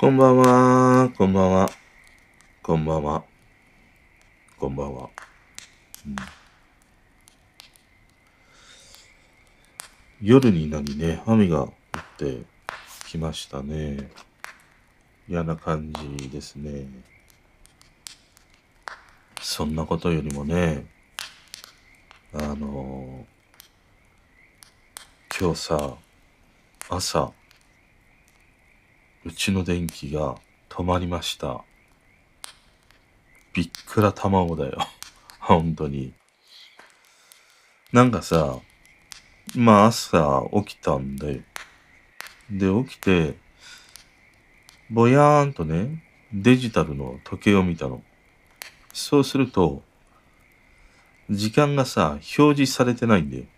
こんばんは、こんばんは、こんばんは、こんばんは。夜になりね、雨が降ってきましたね。嫌な感じですね。そんなことよりもね、今日さ、朝、うちの電気が止まりました。びっくら卵だよ。本当に。なんかさ、朝起きたんだよ。で、起きて、ぼやーんとね、デジタルの時計を見たの。そうすると、時間がさ、表示されてないんだよ。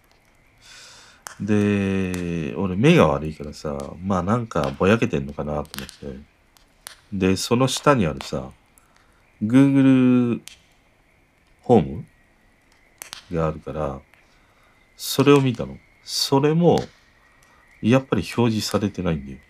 で、俺目が悪いからさ、なんかぼやけてんのかなと思って。で、その下にあるさ、Google ホームがあるから、それを見たの。それも、やっぱり表示されてないんだよ。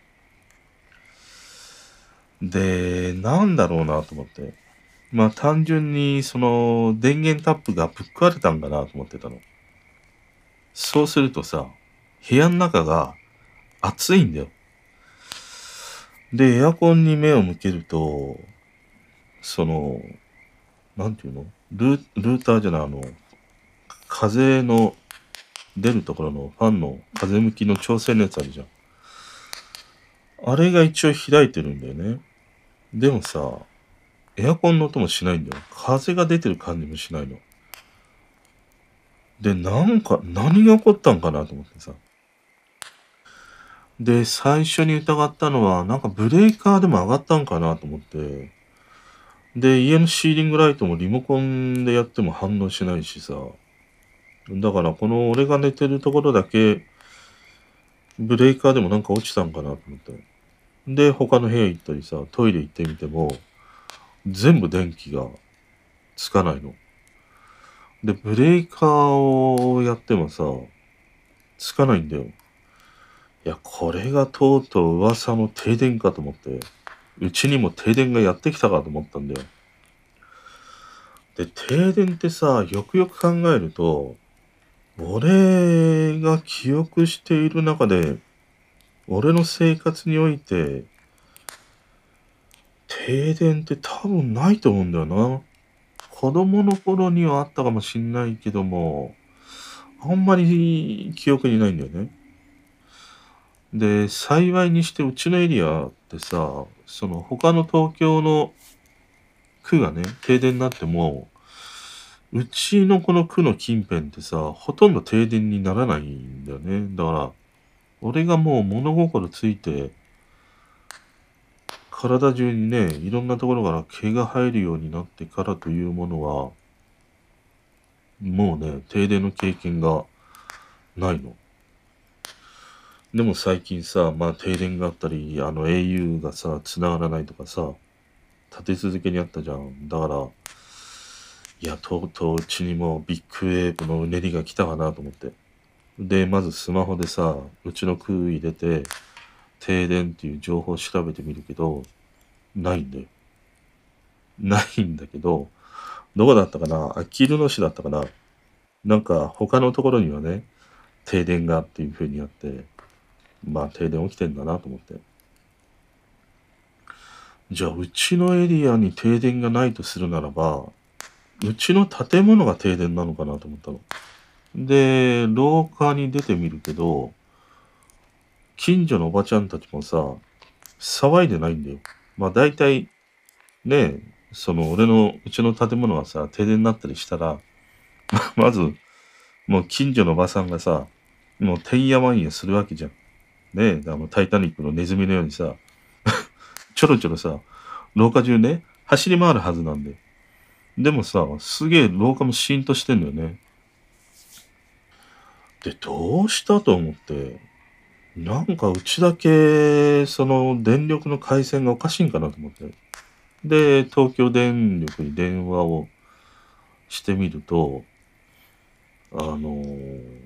で、なんだろうなと思って。単純にその電源タップがぶっ壊れたんかなと思ってたの。そうするとさ、部屋の中が暑いんだよ。で、エアコンに目を向けると、その、なんていうのルーターじゃない、風の出るところのファンの風向きの調整のやつあるじゃん。あれが一応開いてるんだよね。でもさ、エアコンの音もしないんだよ。風が出てる感じもしないの。で、なんか、何が起こったんかなと思ってさ。で、最初に疑ったのは、なんかブレーカーでも上がったんかなと思って。で、家のシーリングライトもリモコンでやっても反応しないしさ。だから、この俺が寝てるところだけ、ブレーカーでもなんか落ちたんかなと思って。で、他の部屋行ったりさ、トイレ行ってみても、全部電気がつかないの。で、ブレーカーをやってもさ、つかないんだよ。いや、これがとうとう噂の停電かと思って、うちにも停電がやってきたかと思ったんだよ。で、停電ってさ、よくよく考えると、俺が記憶している中で、俺の生活において、停電って多分ないと思うんだよな。子供の頃にはあったかもしんないけども、あんまり記憶にないんだよね。で、幸いにしてうちのエリアってさ、その他の東京の区がね、停電になっても、うちのこの区の近辺ってさ、ほとんど停電にならないんだよね。だから、俺がもう物心ついて、体中にね、いろんなところから毛が生えるようになってからというものは、もうね、停電の経験がないの。でも最近さ、停電があったり、au がさ、繋がらないとかさ、立て続けにあったじゃん。だから、いや、とうとううちにもビッグウェーブのうねりが来たかなと思って。で、まずスマホでさ、うちの区入れて、停電っていう情報を調べてみるけど、ないんだよ。ないんだけど、どこだったかなあきる野市だったかな。なんか他のところにはね、停電がっていう風にあって、停電起きてんだなと思って。じゃあうちのエリアに停電がないとするならば、うちの建物が停電なのかなと思ったの。で、廊下に出てみるけど、近所のおばちゃんたちもさ、騒いでないんだよ。大体ね、うちの建物がさ、停電になったりしたら、まず、もう近所のおばさんがさ、もうてんやわんやするわけじゃん。ねえ、タイタニックのネズミのようにさ、ちょろちょろさ、廊下中ね、走り回るはずなんで。でもさ、すげえ廊下もシーンとしてんだよね。で、どうしたと思って、なんかうちだけ、その電力の回線がおかしいんかなと思って。で、東京電力に電話をしてみると、あの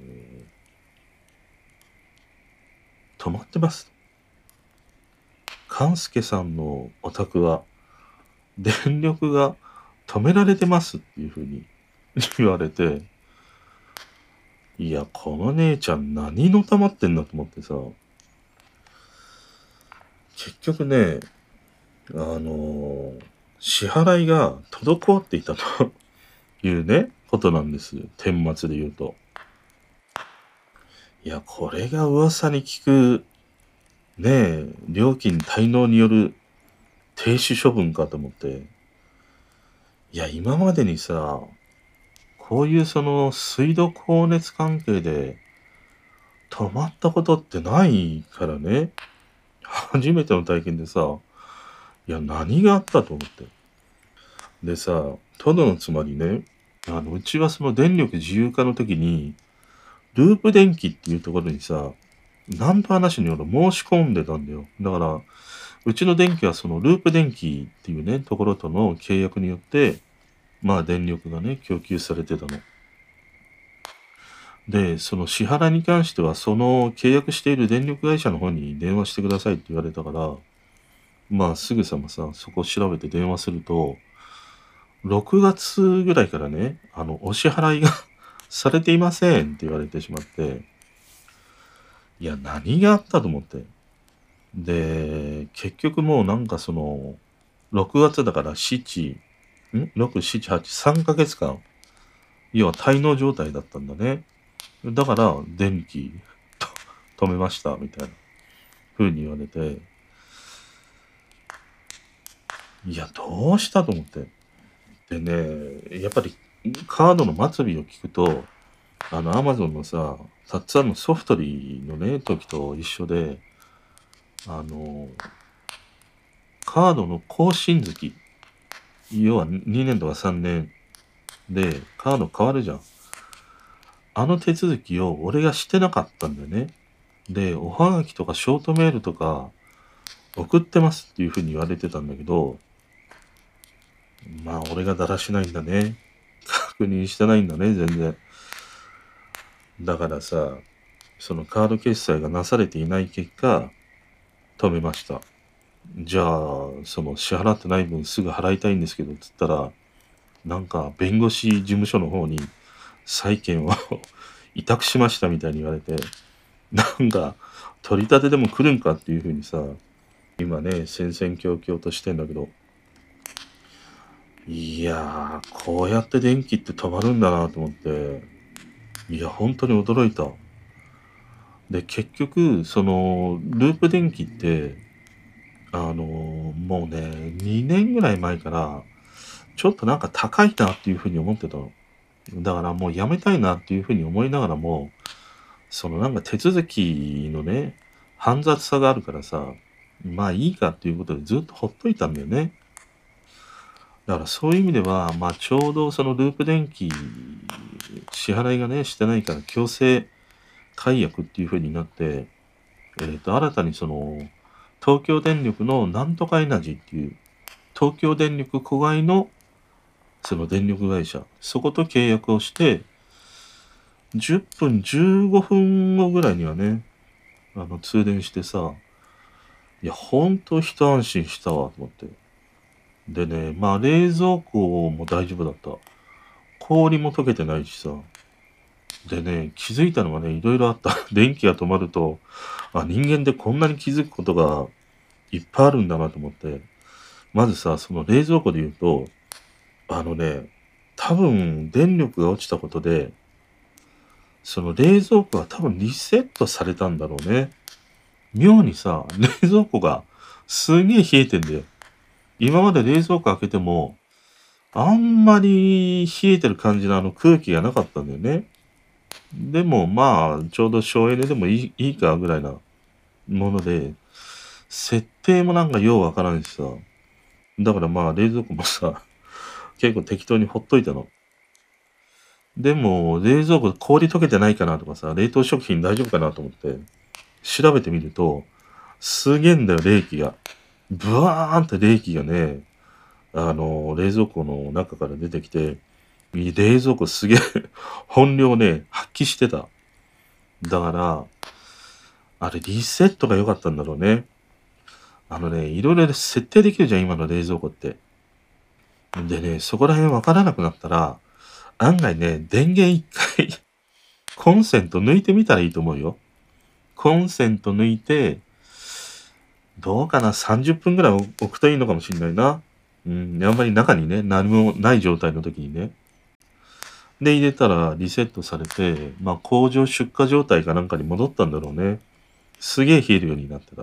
止まってます。 勘介さんのお宅は電力が止められてますっていうふうに言われて、いや、この姉ちゃん何のたまってんだと思ってさ、結局ね、支払いが滞っていたというね、ことなんです。顛末で言うと。いや、これが噂に聞く、ねえ、料金滞納による停止処分かと思って。いや、今までにさ、こういうその水道光熱関係で止まったことってないからね。初めての体験でさ、いや、何があったと思って。でさ、とどのつまりね、うちはその電力自由化の時に、ループ電気っていうところにさ、なんと話による申し込んでたんだよ。だから、うちの電気はそのループ電気っていうね、ところとの契約によって、まあ電力がね、供給されてたの。で、その支払いに関しては、その契約している電力会社の方に電話してくださいって言われたから、まあすぐさまさ、そこを調べて電話すると、6月ぐらいからね、お支払いがされていませんって言われてしまって、いや、何があったと思って。で、結局もうなんかその、6月だから6、7、8、3ヶ月間、要は滞納状態だったんだね。だから、電気止めました、みたいな風に言われて、いや、どうしたと思って。でね、やっぱりカードの末尾を聞くと、アマゾンのさ、たっつぁんのソフトリーのね、時と一緒で、あの、カードの更新月、要は2年とか3年でカード変わるじゃん。あの手続きを俺がしてなかったんだよね。で、おはがきとかショートメールとか送ってますっていう風に言われてたんだけど、まあ俺がだらしないんだね。確認してないんだね、全然。だからさ、そのカード決済がなされていない結果、止めました。じゃあ、その支払ってない分すぐ払いたいんですけど、つったら、なんか弁護士事務所の方に債権を委託しましたみたいに言われて、なんか取り立てでも来るんかっていう風にさ、今ね、戦々恐々としてんだけど、いやー、こうやって電気って止まるんだなと思って、いや、本当に驚いた。で、結局、その、ループ電気って、もうね、2年ぐらい前から、ちょっとなんか高いなっていう風に思ってたの。だからもうやめたいなっていう風に思いながらも、そのなんか手続きのね、煩雑さがあるからさ、まあいいかっていうことでずっとほっといたんだよね。だからそういう意味では、まあちょうどそのループ電気、支払いがね、してないから強制解約っていう風になって、新たにその、東京電力のなんとかエナジーっていう、東京電力子会のその電力会社、そこと契約をして、10分、15分後ぐらいにはね、通電してさ、いや、ほんと一安心したわ、と思って。でね、まあ、冷蔵庫も大丈夫だった。氷も溶けてないしさ。でね、気づいたのがね、いろいろあった。電気が止まると、あ、人間でこんなに気づくことがいっぱいあるんだなと思って。まずさ、その冷蔵庫で言うと、あのね、多分電力が落ちたことで、その冷蔵庫が多分リセットされたんだろうね。妙にさ、冷蔵庫がすげえ冷えてんだよ。今まで冷蔵庫開けても、あんまり冷えてる感じの空気がなかったんだよね。でもまあ、ちょうど省エネでもいいかぐらいなもので、設定もなんかようわからんしさ。だからまあ冷蔵庫もさ、結構適当にほっといたの。でも、冷蔵庫氷溶けてないかなとかさ、冷凍食品大丈夫かなと思って、調べてみると、すげえんだよ、冷気が。ブワーンって冷気がね、冷蔵庫の中から出てきて、冷蔵庫すげえ本領ね、発揮してた。だから、あれリセットが良かったんだろうね。 いろいろ設定できるじゃん、今の冷蔵庫って。でね、そこら辺わからなくなったら、案外ね、電源一回コンセント抜いてみたらいいと思うよ。コンセント抜いて、どうかな、30分ぐらい置くといいのかもしれないな。あんまり中にね、何もない状態の時にね。で、入れたらリセットされて、工場出荷状態かなんかに戻ったんだろうね。すげえ冷えるようになってた。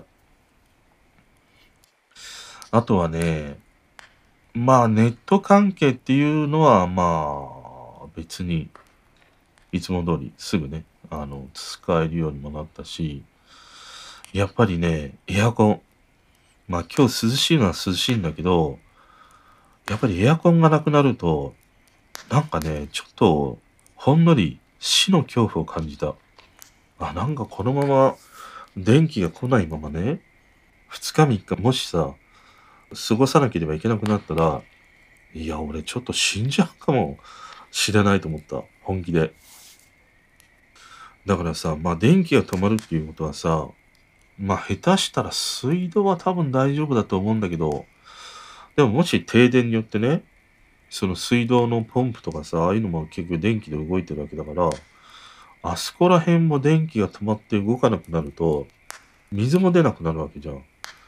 あとはね、ネット関係っていうのは、別に、いつも通りすぐね、使えるようにもなったし、やっぱりね、エアコン。今日涼しいのは涼しいんだけど、やっぱりエアコンがなくなると、なんかね、ちょっと、ほんのり死の恐怖を感じた。なんかこのまま電気が来ないままね、2日3日もしさ、過ごさなければいけなくなったら、いや、俺ちょっと死んじゃうかもしれないと思った。本気で。だからさ、電気が止まるっていうことはさ、下手したら水道は多分大丈夫だと思うんだけど、でももし停電によってね、その水道のポンプとかさ、ああいうのも結局電気で動いてるわけだから、あそこら辺も電気が止まって動かなくなると、水も出なくなるわけじゃん。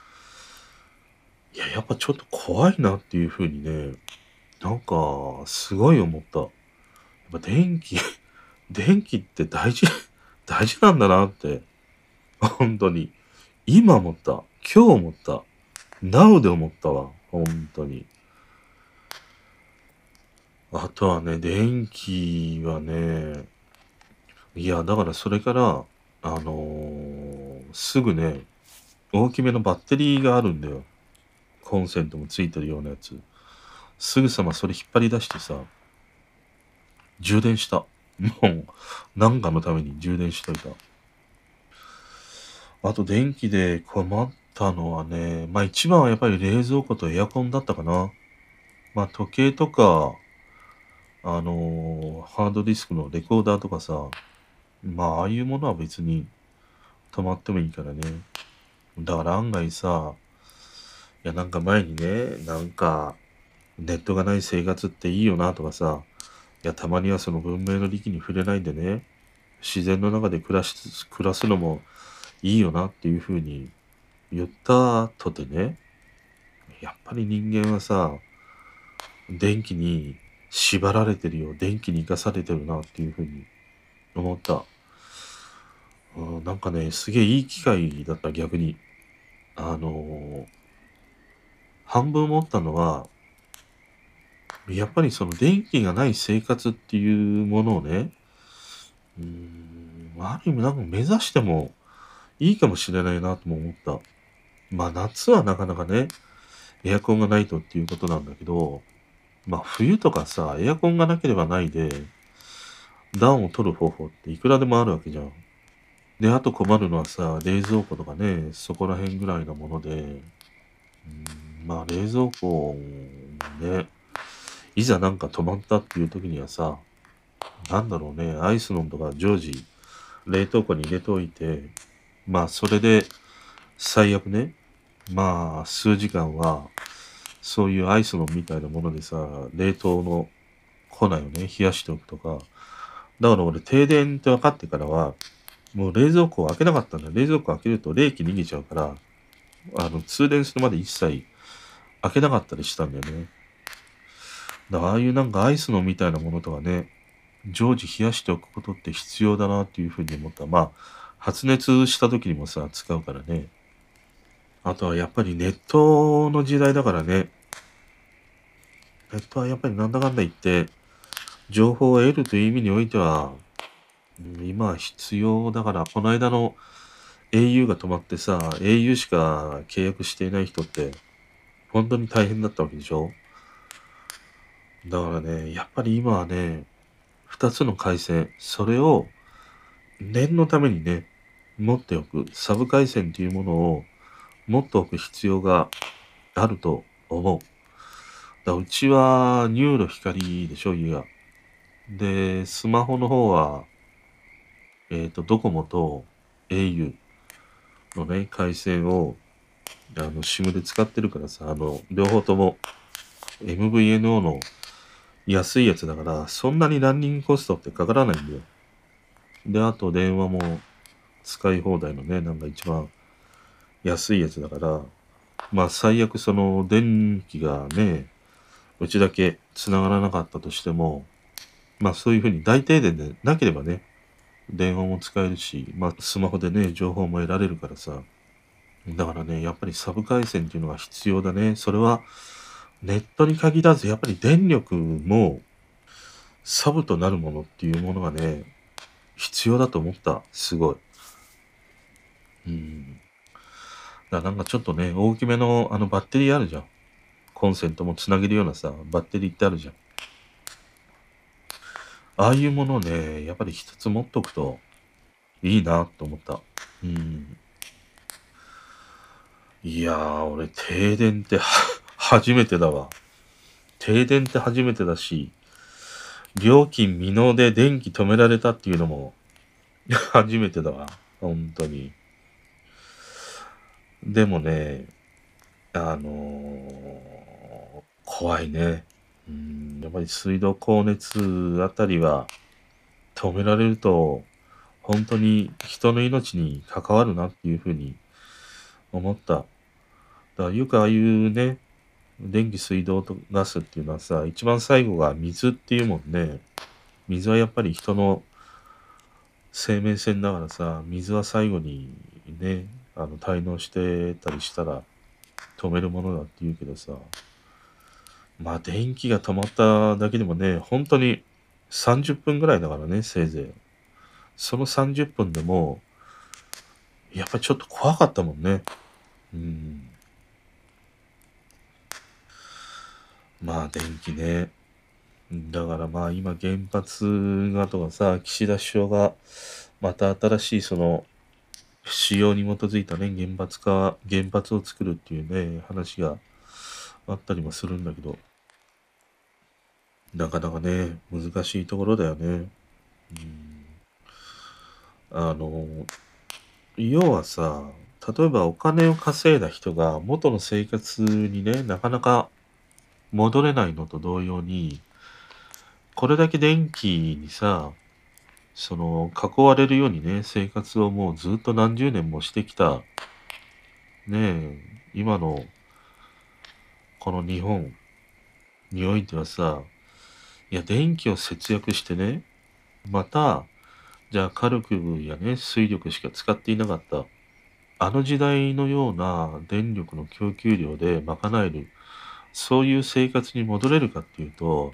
いや、やっぱちょっと怖いなっていう風にね、なんか、すごい思った。やっぱ電気電気って大事大事なんだなって、本当に。今思った。今日思った。Now で思ったわ。本当に。あとはね、電気はね、いや、だからそれから、すぐね、大きめのバッテリーがあるんだよ。コンセントもついてるようなやつ。すぐさまそれ引っ張り出してさ、充電した。もう、なんかのために充電しといた。あと電気で困ったのはね、一番はやっぱり冷蔵庫とエアコンだったかな。時計とか、ハードディスクのレコーダーとかさ、ああいうものは別に止まってもいいからね。だから案外さ、いやなんか前にね、なんかネットがない生活っていいよなとかさ、いやたまにはその文明の利器に触れないでね、自然の中で暮らすのもいいよなっていう風に言ったとてね、やっぱり人間はさ、電気に縛られてるよ、電気に生かされてるなっていう風に思った。なんかね、すげえいい機会だった、逆に。あの、半分思ったのは、やっぱりその電気がない生活っていうものをね、ある意味なんか目指してもいいかもしれないなとも思った。夏はなかなかね、エアコンがないとっていうことなんだけど、冬とかさ、エアコンがなければないで、暖を取る方法っていくらでもあるわけじゃん。で、あと困るのはさ、冷蔵庫とかね、そこら辺ぐらいのもので、冷蔵庫ね、いざなんか止まったっていう時にはさ、なんだろうね、アイスのんとか常時冷凍庫に入れておいて、それで最悪ね、数時間は、そういうアイスのみたいなものでさ、冷凍の庫内をね、冷やしておくとか。だから俺停電って分かってからは、もう冷蔵庫を開けなかったんだよ。冷蔵庫開けると冷気逃げちゃうから、通電するまで一切開けなかったりしたんだよね。だからああいうなんかアイスのみたいなものとかね、常時冷やしておくことって必要だなっていうふうに思った。発熱した時にもさ、使うからね。あとはやっぱりネットの時代だからね。ネットはやっぱりなんだかんだ言って、情報を得るという意味においては、今は必要だから、この間の au が止まってさ、au しか契約していない人って、本当に大変だったわけでしょ。だからね、やっぱり今はね、二つの回線、それを念のためにね、持っておく、サブ回線というものを持っておく必要があると思う。うちはニューロ光でしょ、家が。で、スマホの方は、ドコモと au のね、回線を SIM で使ってるからさ、両方とも MVNO の安いやつだから、そんなにランニングコストってかからないんだよ。で、あと電話も使い放題のね、なんか一番安いやつだから、まあ最悪その電気がね、うちだけ繋がらなかったとしても、まあそういうふうに大停電でなければね、電話も使えるし、まあスマホでね、情報も得られるからさ。だからね、やっぱりサブ回線っていうのが必要だね。それはネットに限らず、やっぱり電力もサブとなるものっていうものがね、必要だと思った。すごい。うん。だからなんかちょっとね、大きめのバッテリーあるじゃん。コンセントもつなげるようなさ、バッテリーってあるじゃん。ああいうものをね、やっぱり一つ持っとくといいなと思った。うん。いやー、俺停電って初めてだわ。停電って初めてだし、料金未納で電気止められたっていうのも初めてだわ。本当に。でもね、怖いね。やっぱり水道光熱あたりは止められると、本当に人の命に関わるなっていうふうに思った。だからよくああいうね、電気、水道とガスっていうのはさ、一番最後が水っていうもんね。水はやっぱり人の生命線だからさ、水は最後にね、滞納してたりしたら止めるものだって言うけどさ、まあ電気が止まっただけでもね、本当に30分ぐらいだからね、せいぜい。その30分でも、やっぱりちょっと怖かったもんね。うん。まあ電気ね。だからまあ今原発がとかさ、岸田首相がまた新しいその仕様に基づいたね、原発を作るっていうね、話があったりもするんだけど、なかなかね、難しいところだよね。うん、あの、要はさ、例えばお金を稼いだ人が元の生活にね、なかなか戻れないのと同様に、これだけ電気にさ、囲われるようにね、生活をもうずっと何十年もしてきた、ねえ、今のこの日本においてはさ、いや、電気を節約してね、また、じゃあ火力やね、水力しか使っていなかった、あの時代のような電力の供給量で賄える、そういう生活に戻れるかっていうと、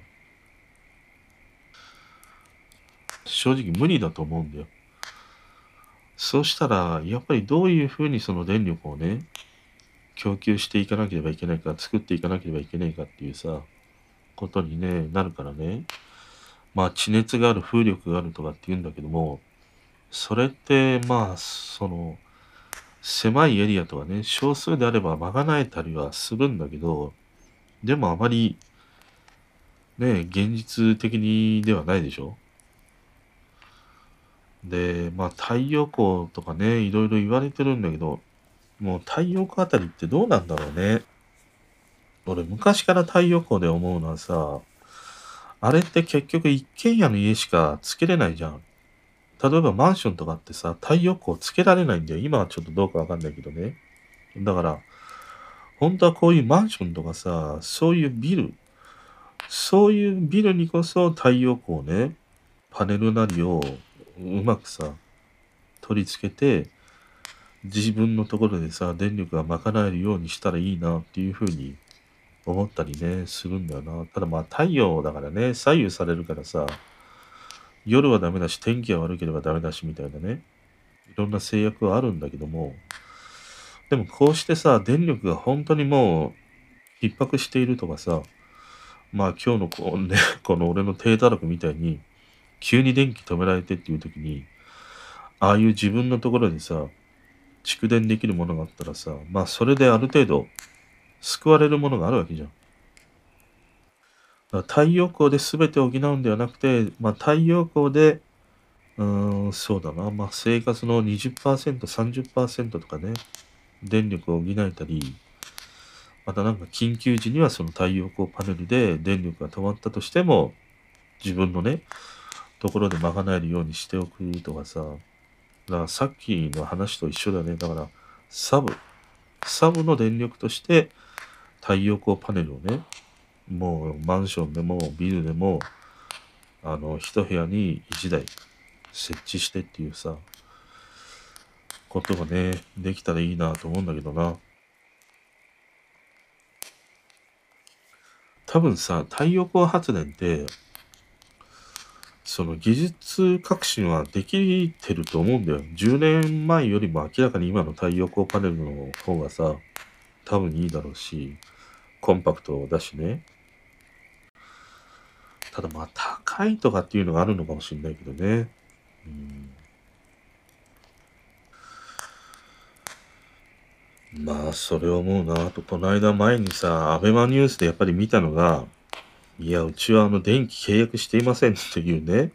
正直無理だと思うんだよ。そうしたら、やっぱりどういうふうにその電力をね、供給していかなければいけないか、作っていかなければいけないかっていうさ、ことにね、なるからね。まあ、地熱がある、風力があるとかって言うんだけども、それって、まあ、狭いエリアとかね、少数であれば賄えたりはするんだけど、でもあまりね、現実的にではないでしょ。で、まあ太陽光とかね、いろいろ言われてるんだけど、もう太陽光あたりってどうなんだろうね。俺昔から太陽光で思うのはさ、あれって結局一軒家の家しかつけれないじゃん。例えばマンションとかってさ、太陽光つけられないんだよ。今はちょっとどうかわかんないけどね。だから、本当はこういうマンションとかさ、そういうビルにこそ太陽光をね、パネルなりをうまくさ、取り付けて、自分のところでさ、電力が賄えるようにしたらいいなっていうふうに思ったりね、するんだよな。ただまあ太陽だからね、左右されるからさ、夜はダメだし、天気が悪ければダメだしみたいなね、いろんな制約はあるんだけども、でもこうしてさ、電力が本当にもう逼迫しているとかさ、まあ今日のこうね、この俺の低たらくみたいに、急に電気止められてっていう時に、ああいう自分のところでさ、蓄電できるものがあったらさ、まあそれである程度救われるものがあるわけじゃん。だから太陽光で全てを補うんではなくて、まあ太陽光で、そうだな、まあ生活の20%、30%とかね、 電力を補えたり、またなんか緊急時にはその太陽光パネルで電力が止まったとしても、自分のね、ところで賄えるようにしておくとかさ、だからさっきの話と一緒だね。だから、サブ、サブの電力として太陽光パネルをね、もうマンションでもビルでも、一部屋に一台設置してっていうさ、ことがね、できたらいいなと思うんだけどな。多分さ、太陽光発電って、その技術革新はできてると思うんだよ。10年前よりも明らかに今の太陽光パネルの方がさ、多分いいだろうし、コンパクトだしね。ただまあ高いとかっていうのがあるのかもしれないけどね。まあそれを思うな。あとこの間前にさ、アベマニュースでやっぱり見たのが、いや、うちは電気契約していませんっていうね、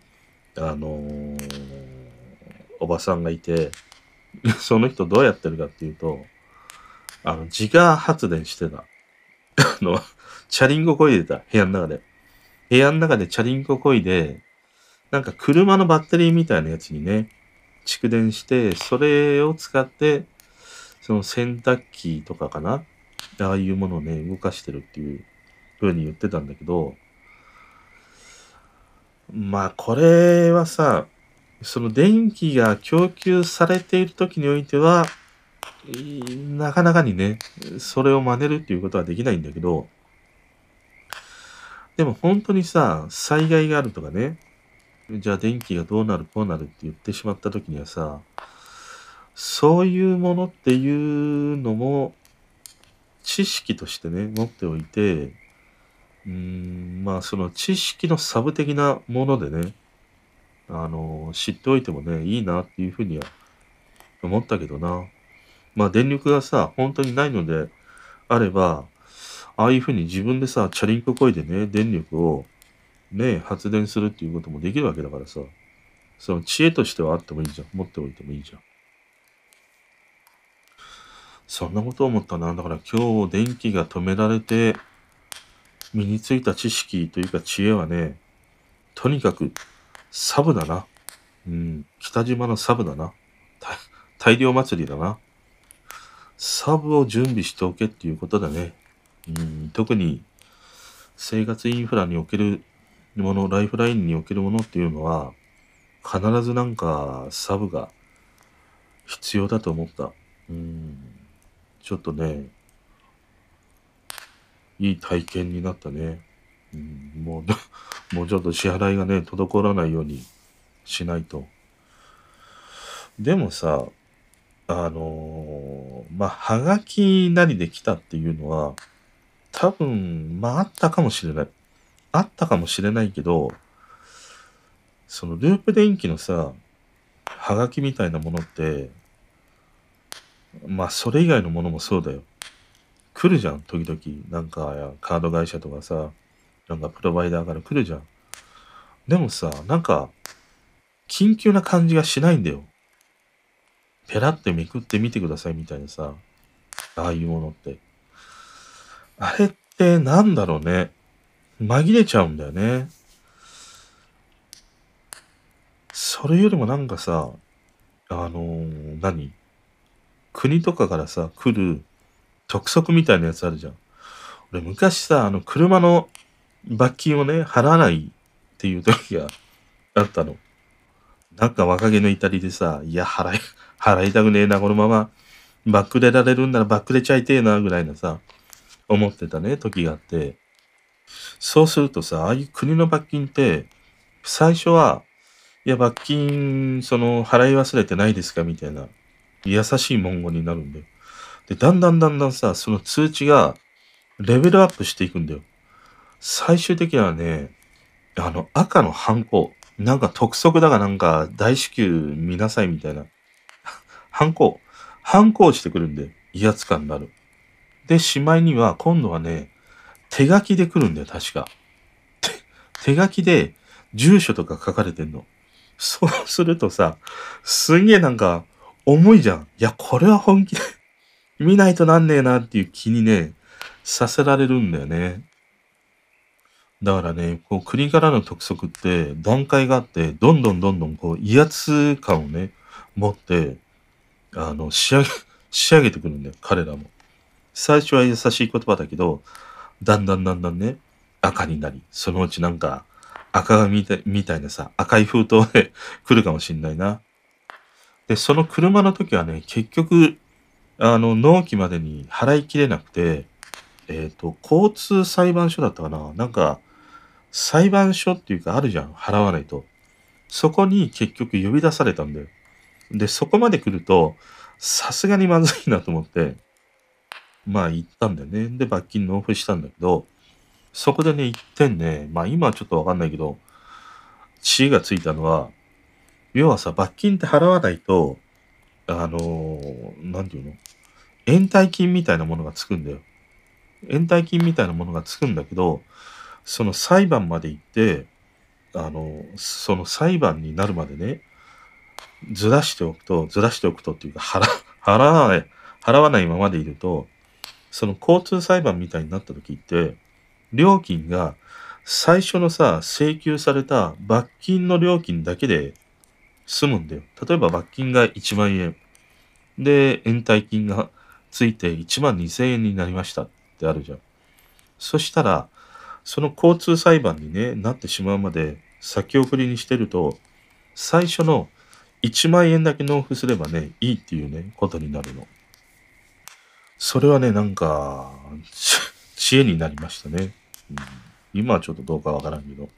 おばさんがいて、その人どうやってるかっていうと、自家発電してた。チャリンコ漕いでた、部屋の中で。部屋の中でチャリンコ漕いで、なんか車のバッテリーみたいなやつにね、蓄電して、それを使って、その洗濯機とかかな、ああいうものをね、動かしてるっていう風に言ってたんだけど、まあこれはさ、その電気が供給されている時においては、なかなかにね、それを真似るっていうことはできないんだけど、でも本当にさ、災害があるとかね、じゃあ電気がどうなるこうなるって言ってしまった時にはさ、そういうものっていうのも知識としてね、持っておいて、まあその知識のサブ的なものでね、知っておいてもね、いいなっていうふうには思ったけどな。まあ電力がさ、本当にないのであれば、ああいうふうに自分でさ、チャリンコ漕いでね、電力をね、発電するっていうこともできるわけだからさ、その知恵としてはあってもいいじゃん。持っておいてもいいじゃん。そんなことを思ったな。だから今日電気が止められて身についた知識というか知恵はね、とにかくサブだな。北島のサブだな。大量祭りだな。サブを準備しておけっていうことだね。特に生活インフラにおけるもの、ライフラインにおけるものっていうのは、必ずなんかサブが必要だと思った。ちょっとね、いい体験になったね。もう、もうちょっと支払いがね、滞らないようにしないと。でもさ、まあ、はがきなりで来たっていうのは、多分、まあ、あったかもしれない。あったかもしれないけど、そのループ電気のさ、はがきみたいなものって、まあ、それ以外のものもそうだよ。来るじゃん、時々。なんか、カード会社とかさ、なんかプロバイダーから来るじゃん。でもさ、なんか、緊急な感じがしないんだよ。ペラってめくってみてくださいみたいなさ、ああいうものって。あれってなんだろうね。紛れちゃうんだよね。それよりもなんかさ、国とかからさ、来る督促みたいなやつあるじゃん。俺昔さ、車の罰金をね、払わないっていう時があったの。なんか若気の至りでさ、いや、払いたくねえな、このままバックれられるんならバックれちゃいてえな、ぐらいなさ、思ってたね、時があって。そうするとさ、ああいう国の罰金って、最初は、いや、罰金、払い忘れてないですかみたいな、優しい文言になるんだよ。で、だんだんさ、その通知が、レベルアップしていくんだよ。最終的にはね、赤のハンコ、なんか督促だがなんか大至急見なさいみたいな。ハンコ、ハンコをしてくるんで、威圧感になる。で、しまいには、今度はね、手書きで来るんだよ、確か。手書きで、住所とか書かれてんの。そうするとさ、すんげえなんか、重いじゃん。いや、これは本気で見ないとなんねえなっていう気にね、させられるんだよね。だからね、こう国からの督促って段階があって、どんどんどんどんこう威圧感をね、持って、仕上げ仕上げてくるんだよ、彼らも。最初は優しい言葉だけど、だんだんだんだんね、赤になり、そのうちなんか、赤髪みたいなさ、赤い封筒で来るかもしんないな。で、その車の時はね、結局、納期までに払いきれなくて、交通裁判所だったかな。なんか、裁判所っていうかあるじゃん、払わないと。そこに結局呼び出されたんだよ。で、そこまで来ると、さすがにまずいなと思って、まあ行ったんだよね。で、罰金納付したんだけど、そこでね、一点ね、まあ今はちょっとわかんないけど、知恵がついたのは、要はさ、罰金って払わないと、なんていうの、延滞金みたいなものがつくんだよ。延滞金みたいなものがつくんだけど、その裁判まで行って、その裁判になるまでね、ずらしておくとっていうか、払わないままでいると、その交通裁判みたいになった時って、料金が最初のさ、請求された罰金の料金だけで済むんだよ。例えば罰金が1万円。で、延滞金がついて1万2千円になりましたってあるじゃん。そしたら、その交通裁判にね、なってしまうまで先送りにしてると、最初の1万円だけ納付すればね、いいっていうね、ことになるの。それはね、なんか、知恵になりましたね。うん、今はちょっとどうかわからんけど。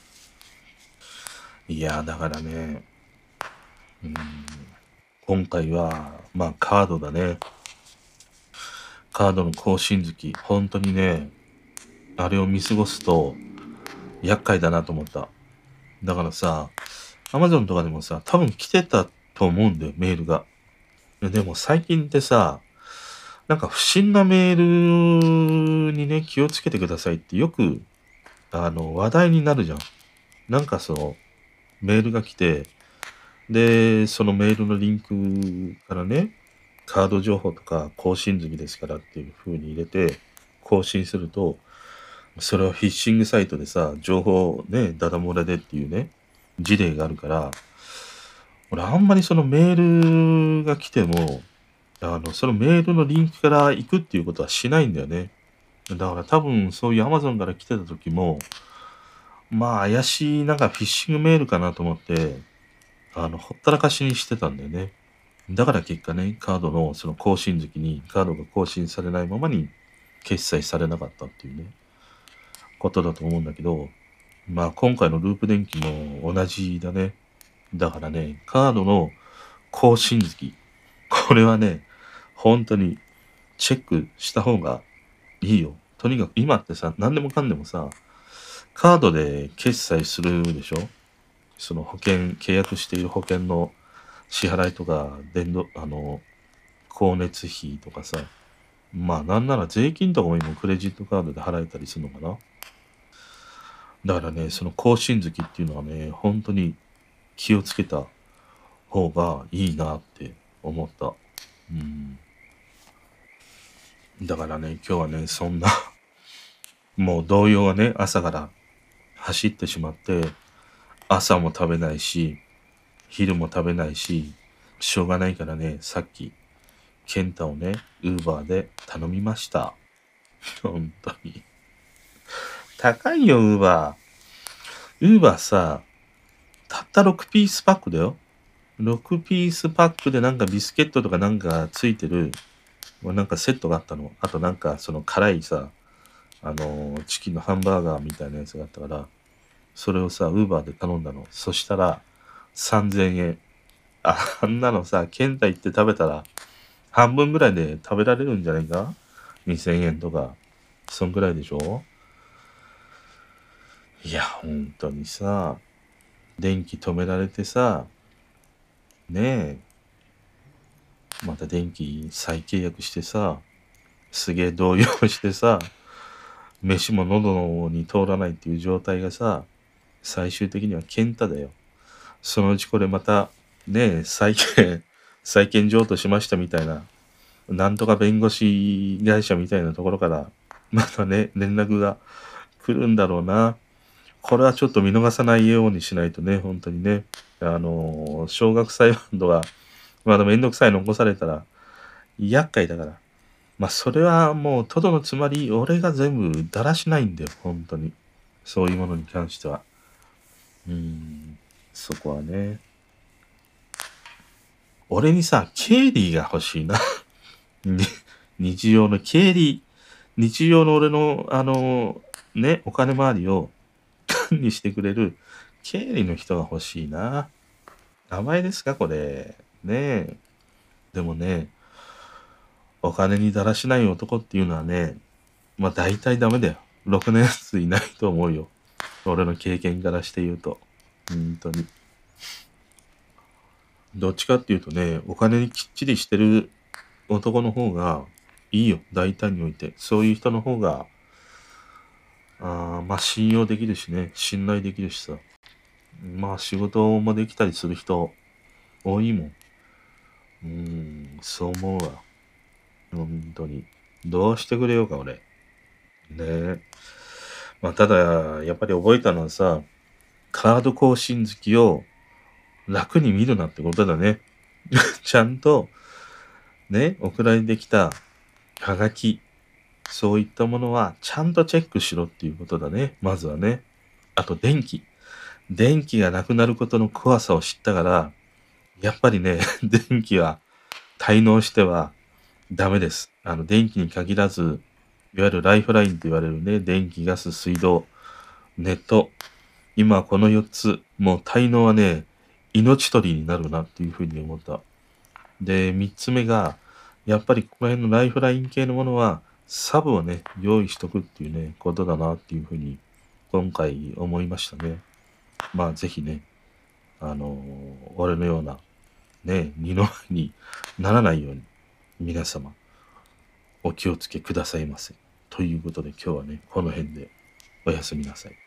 いやだからね、うん、今回は、まあカードだね。カードの更新月、本当にね、あれを見過ごすと、厄介だなと思った。だからさ、Amazon とかでもさ、多分来てたと思うんだよ、メールが。でも最近ってさ、なんか不審なメールにね、気をつけてくださいってよく、話題になるじゃん。なんかその、メールが来て、で、そのメールのリンクからね、カード情報とか更新済みですからっていう風に入れて、更新すると、それはフィッシングサイトでさ、情報ね、ダダ漏れでっていうね、事例があるから、俺あんまりそのメールが来ても、そのメールのリンクから行くっていうことはしないんだよね。だから多分そういう Amazon から来てた時も、まあ怪しいなんかフィッシングメールかなと思って、ほったらかしにしてたんだよね。だから結果ね、カードのその更新時にカードが更新されないままに決済されなかったっていうね、ことだと思うんだけど、まあ今回のループ電気も同じだね。だからね、カードの更新月、これはね、本当にチェックした方がいいよ。とにかく今ってさ、何でもかんでもさ、カードで決済するでしょ。その保険、契約している保険の支払いとか、光熱費とかさ、まあなんなら税金とかも今クレジットカードで払えたりするのかな。だからね、その更新月っていうのはね、本当に気をつけた方がいいなって思った。うん。だからね、今日はね、そんなもう動揺がね、朝から走ってしまって、朝も食べないし、昼も食べないし、しょうがないからね、さっき、ケンタをね、ウーバーで頼みました。本当に。高いよ、ウーバー。ウーバーさ、たった6ピースパックだよ。6ピースパックでなんかビスケットとかなんかついてる、なんかセットがあったの。あとなんかその辛いさ、チキンのハンバーガーみたいなやつがあったから、それをさ、ウーバーで頼んだの。そしたら、3000円。あんなのさ、ケンタ行って食べたら、半分ぐらいで食べられるんじゃないか？ 2000 円とか。そんぐらいでしょ？いや、本当にさ、電気止められてさ、ねえ、また電気再契約してさ、すげえ動揺してさ、飯も喉に通らないっていう状態がさ、最終的にはケンタだよ。そのうちこれまた、ねえ、再建譲渡しましたみたいななんとか弁護士会社みたいなところから、またね、連絡が来るんだろうな。これはちょっと見逃さないようにしないとね、本当にね。少額裁判とか、まだめんどくさいの起こされたら、厄介だから。まあ、それはもう、とどのつまり、俺が全部だらしないんだよ、本当に。そういうものに関しては。そこはね。俺にさ、経理が欲しいな。日常の経理、日常の俺の、ね、お金回りを管理してくれる経理の人が欲しいな。名前ですか、これ。ねえ。でもね、お金にだらしない男っていうのはね、まあ大体ダメだよ。ろくなやついないと思うよ。俺の経験からして言うと。本当に。どっちかっていうとね、お金にきっちりしてる男の方がいいよ。大体において。そういう人の方が、まあ信用できるしね。信頼できるしさ。まあ仕事もできたりする人多いもん。そう思うわ。本当に。どうしてくれようか、俺。ねえ。まあただ、やっぱり覚えたのはさ、カード更新月を楽に見るなってことだね。ちゃんと、ね、送られてきたはがき、そういったものはちゃんとチェックしろっていうことだね。まずはね。あと電気。電気がなくなることの怖さを知ったから、やっぱりね、電気は滞納してはダメです。電気に限らず、いわゆるライフラインと言われるね、電気、ガス、水道、ネット。今この4つ、もう滞納はね、命取りになるなっていうふうに思った。で、3つ目が、やっぱりここら辺のライフライン系のものは、サブをね、用意しとくっていうね、ことだなっていうふうに、今回思いましたね。まあ、ぜひね、俺のような、ね、二の舞にならないように、皆様、お気をつけくださいませ。ということで今日はね、この辺でおやすみなさい。